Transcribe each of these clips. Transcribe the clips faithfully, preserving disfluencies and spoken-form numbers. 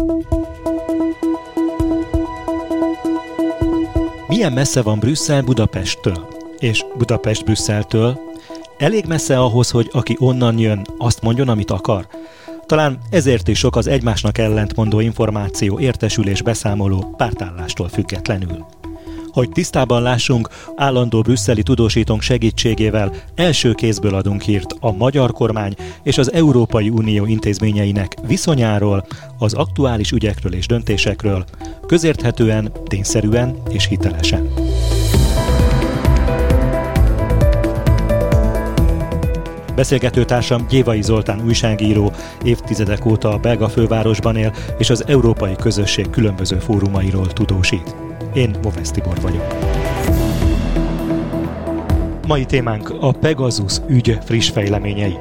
Milyen messze van Brüsszel Budapesttől? És Budapest Brüsszeltől? Elég messze ahhoz, hogy aki onnan jön, azt mondjon, amit akar? Talán ezért is sok az egymásnak ellentmondó információ, értesülés, beszámoló pártállástól függetlenül. Hogy tisztában lássunk, állandó brüsszeli tudósítónk segítségével első kézből adunk hírt a magyar kormány és az Európai Unió intézményeinek viszonyáról, az aktuális ügyekről és döntésekről, közérthetően, tényszerűen és hitelesen. Beszélgetőtársam Gyévai Zoltán újságíró, évtizedek óta a belga fővárosban él, és az európai közösség különböző fórumairól tudósít. Én Movesz Tibor vagyok. Mai témánk a Pegasus ügy friss fejleményei.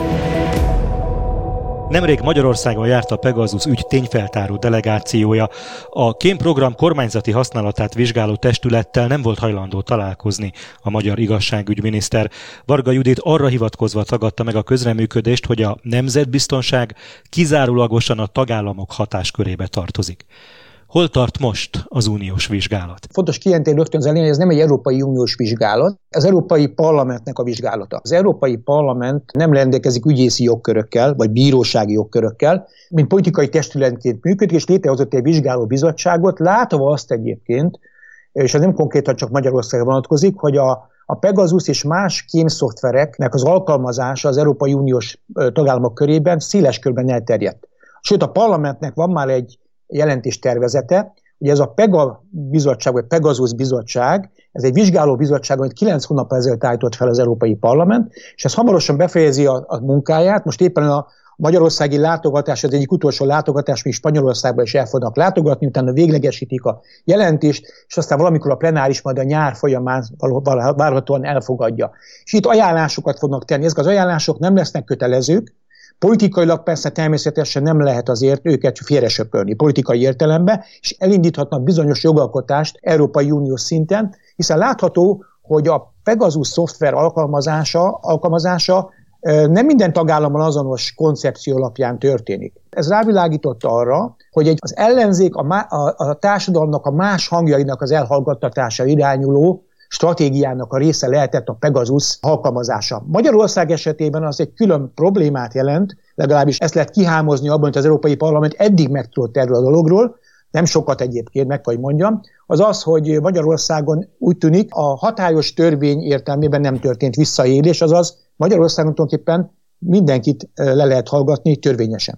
Nemrég Magyarországon járt a Pegasus ügy tényfeltáró delegációja. A kémprogram kormányzati használatát vizsgáló testülettel nem volt hajlandó találkozni a magyar igazságügyminiszter. Varga Judit arra hivatkozva tagadta meg a közreműködést, hogy a nemzetbiztonság kizárólagosan a tagállamok hatáskörébe tartozik. Hol tart most az uniós vizsgálat? Fontos kijelenteni rögtön az elején, hogy ez nem egy Európai Uniós vizsgálat, az Európai Parlamentnek a vizsgálata. Az Európai Parlament nem rendelkezik ügyészi jogkörökkel, vagy bírósági jogkörökkel, mint politikai testületként működik, és létrehozott egy vizsgáló bizottságot, látva azt egyébként, és ez nem konkrétan csak Magyarországra vonatkozik, hogy a, a Pegasus és más kémszoftvereknek az alkalmazása az Európai Uniós tagállamok körében széles körben elterjedt. Sőt, a parlamentnek van már egy jelentéstervezete, ugye ez a Pega bizottság, vagy Pegasus bizottság, ez egy vizsgáló bizottság, amit kilenc hónappal ezelőtt állított fel az Európai Parlament, és ez hamarosan befejezi a, a munkáját. Most éppen a magyarországi látogatás, az egyik utolsó látogatás, még Spanyolországban is el fognak látogatni, utána véglegesítik a jelentést, és aztán valamikor a plenáris majd a nyár folyamán várhatóan elfogadja. És itt ajánlásokat fognak tenni. Ezek az ajánlások nem lesznek kötelezők, politikailag persze természetesen nem lehet azért őket félresöpörni politikai értelemben, és elindíthatnak bizonyos jogalkotást Európai Uniós szinten, hiszen látható, hogy a Pegasus szoftver alkalmazása, alkalmazása nem minden tagállamban azonos koncepció alapján történik. Ez rávilágított arra, hogy egy, az ellenzék a, má, a, a társadalomnak a más hangjainak az elhallgattatása irányuló stratégiának a része lehetett a Pegasus alkalmazása. Magyarország esetében az egy külön problémát jelent, legalábbis ezt lehet kihámozni abban, hogy az Európai Parlament eddig megtudott erről a dologról, nem sokat egyébként, meg kell mondjam, az az, hogy Magyarországon úgy tűnik, a hatályos törvény értelmében nem történt visszaélés, azaz Magyarországon tulajdonképpen mindenkit le lehet hallgatni törvényesen.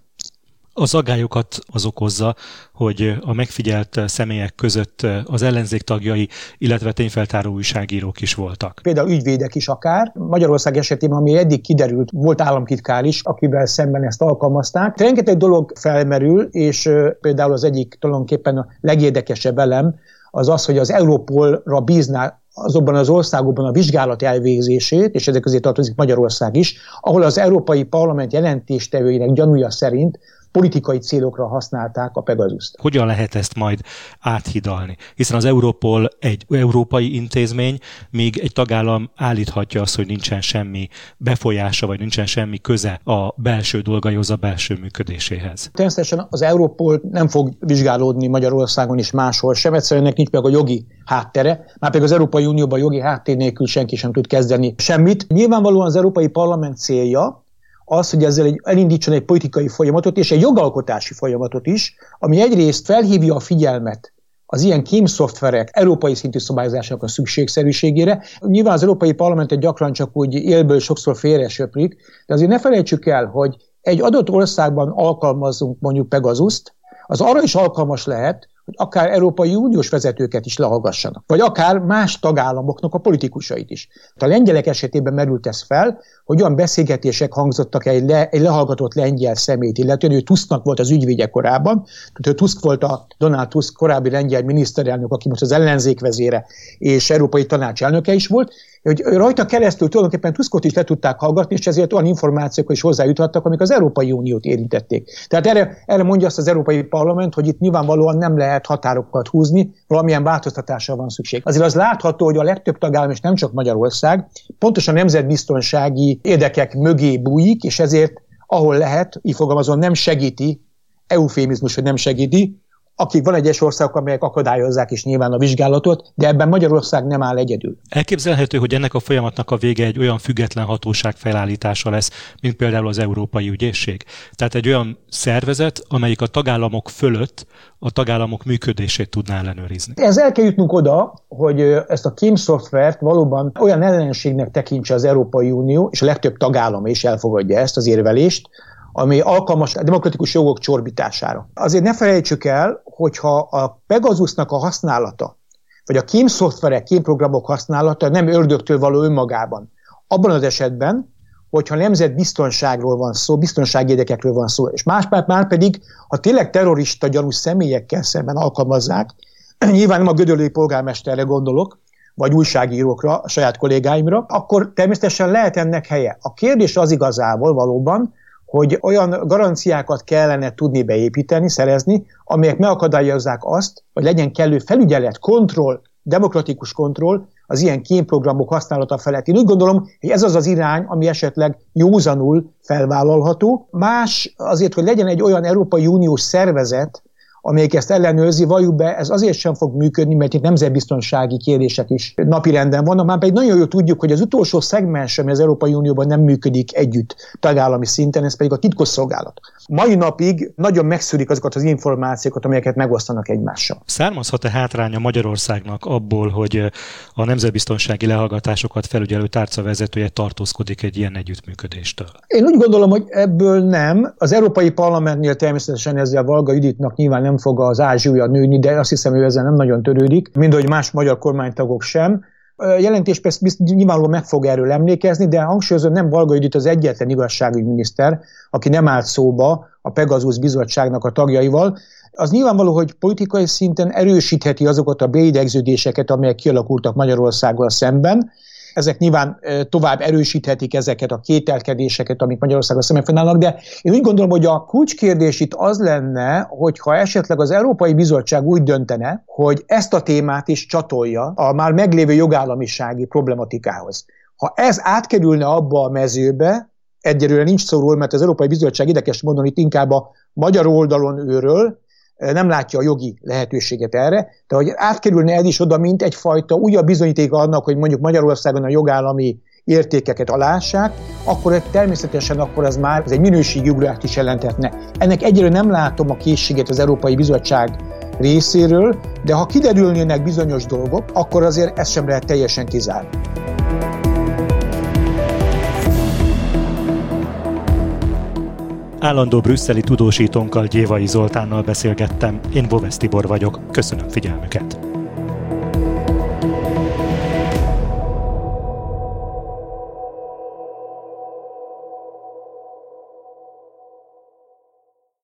Az aggályokat az okozza, hogy a megfigyelt személyek között az ellenzék tagjai, illetve tényfeltáró újságírók is voltak. Például ügyvédek is akár. Magyarország esetében, ami eddig kiderült, volt államtitkár is, akivel szemben ezt alkalmazták. Rengeteg dolog felmerül, és például az egyik tulajdonképpen a legérdekesebb elem az az, hogy az Europolra bízná azokban az országokban a vizsgálat elvégzését, és ezek közé tartozik Magyarország is, ahol az Európai Parlament jelentéstevőinek gyanúja szerint politikai célokra használták a Pegazust. Hogyan lehet ezt majd áthidalni? Hiszen az Europol egy európai intézmény, míg egy tagállam állíthatja azt, hogy nincsen semmi befolyása, vagy nincsen semmi köze a belső dolgaihoz, a belső működéséhez. Természetesen az Europol nem fog vizsgálódni Magyarországon is máshol sem, egyszerűen nincs meg a jogi háttere, már pedig az Európai Unióban jogi háttér nélkül senki sem tud kezdeni semmit. Nyilvánvalóan az Európai Parlament célja az, hogy ezzel egy, elindítson egy politikai folyamatot és egy jogalkotási folyamatot is, ami egyrészt felhívja a figyelmet az ilyen kémszoftverek európai szintű szabályozásának a szükségszerűségére. Nyilván az Európai Parlamentet gyakran csak úgy élből sokszor félresöprik, de azért ne felejtsük el, hogy egy adott országban alkalmazzunk mondjuk Pegazust, az arra is alkalmas lehet, hogy akár Európai Uniós vezetőket is lehallgassanak, vagy akár más tagállamoknak a politikusait is. A lengyelek esetében merült ez fel, hogy olyan beszélgetések hangzottak egy, le, egy lehallgatott lengyel szemét, illetően ő Tusknak volt az ügyvédje korábban, tehát Tusk volt a Donald Tusk korábbi lengyel miniszterelnök, aki most az ellenzék vezére és Európai Tanács elnöke is volt, hogy rajta keresztül tulajdonképpen Tuskot is le tudták hallgatni, és ezért olyan információk is hozzájuthattak, amik az Európai Uniót érintették. Tehát erre, erre mondja azt az Európai Parlament, hogy itt nyilvánvalóan nem lehet határokat húzni, valamilyen változtatásra van szükség. Azért az látható, hogy a legtöbb tagállam, és nem csak Magyarország, pontosan nemzetbiztonsági érdekek mögé bújik, és ezért ahol lehet, így fogalmazom, nem segíti eufémizmus, hogy nem segíti, akik van egyes országok, amelyek akadályozzák is nyilván a vizsgálatot, de ebben Magyarország nem áll egyedül. Elképzelhető, hogy ennek a folyamatnak a vége egy olyan független hatóság felállítása lesz, mint például az Európai Ügyészség. Tehát egy olyan szervezet, amelyik a tagállamok fölött a tagállamok működését tudná ellenőrizni. Ez el kell jutnunk oda, hogy ezt a kémszoftvert valóban olyan ellenségnek tekintse az Európai Unió, és a legtöbb tagállam is elfogadja ezt az érvelést, ami alkalmas a demokratikus jogok csorbítására. Azért ne felejtsük el, hogyha a Pegasusnak a használata, vagy a kémszoftverek, kémprogramok használata nem ördögtől való önmagában. Abban az esetben, hogyha nemzetbiztonságról van szó, biztonsági érdekekről van szó, és máspár már pedig, ha tényleg terrorista gyanús személyekkel szemben alkalmazzák, nyilván nem a gödöllői polgármesterre gondolok, vagy újságírókra, a saját kollégáimra, akkor természetesen lehet ennek helye. A kérdés az igazából valóban, hogy olyan garanciákat kellene tudni beépíteni, szerezni, amelyek megakadályozzák azt, hogy legyen kellő felügyelet, kontroll, demokratikus kontroll az ilyen kémprogramok használata felett. Én úgy gondolom, hogy ez az az irány, ami esetleg józanul felvállalható. Más azért, hogy legyen egy olyan Európai Uniós szervezet, amelyik ezt ellenőrzi, valljuk be, ez azért sem fog működni, mert itt nemzetbiztonsági kérdések is napirenden vannak. Már pedig nagyon jól tudjuk, hogy az utolsó szegmens, ami az Európai Unióban nem működik együtt tagállami szinten, ez pedig a titkosszolgálat. Mai napig nagyon megszűrik azokat az információkat, amelyeket megosztanak egymással. Származhat-e hátránya Magyarországnak abból, hogy a nemzetbiztonsági lehallgatásokat felügyelő tárca vezetője tartózkodik egy ilyen együttműködéstől? Én úgy gondolom, hogy ebből nem. Az Európai Parlamentnél természetesen ezzel Varga Juditnak nyilván nem fog az ázsiúja nőni, de azt hiszem, ő ezzel nem nagyon törődik, mind ahogy más magyar kormánytagok sem. A jelentés persze nyilvánvalóan meg fog erről emlékezni, de hangsúlyozom, nem Varga Judit az egyetlen igazságügyminiszter, aki nem állt szóba a Pegasus bizottságnak a tagjaival. Az nyilvánvaló, hogy politikai szinten erősítheti azokat a beidegződéseket, amelyek kialakultak Magyarországgal szemben. Ezek nyilván tovább erősíthetik ezeket a kételkedéseket, amik Magyarországon szemben fennállnak, de én úgy gondolom, hogy a kulcskérdés itt az lenne, hogyha esetleg az Európai Bizottság úgy döntene, hogy ezt a témát is csatolja a már meglévő jogállamisági problematikához. Ha ez átkerülne abba a mezőbe, egyelőre nincs szó róla, mert az Európai Bizottság érdekes módon itt inkább a magyar oldalon őről, nem látja a jogi lehetőséget erre, de hogy átkerülne ez is oda, mint egyfajta újabb bizonyíték annak, hogy mondjuk Magyarországon a jogállami értékeket alássák, akkor természetesen akkor az már ez egy minőségi ugrást is jelenthetne. Ennek egyelőre nem látom a készséget az Európai Bizottság részéről, de ha kiderülnének bizonyos dolgok, akkor azért ezt sem lehet teljesen kizárni. Állandó brüsszeli tudósítónkkal, Gyévai Zoltánnal beszélgettem. Én Bovesz Tibor vagyok. Köszönöm figyelmüket!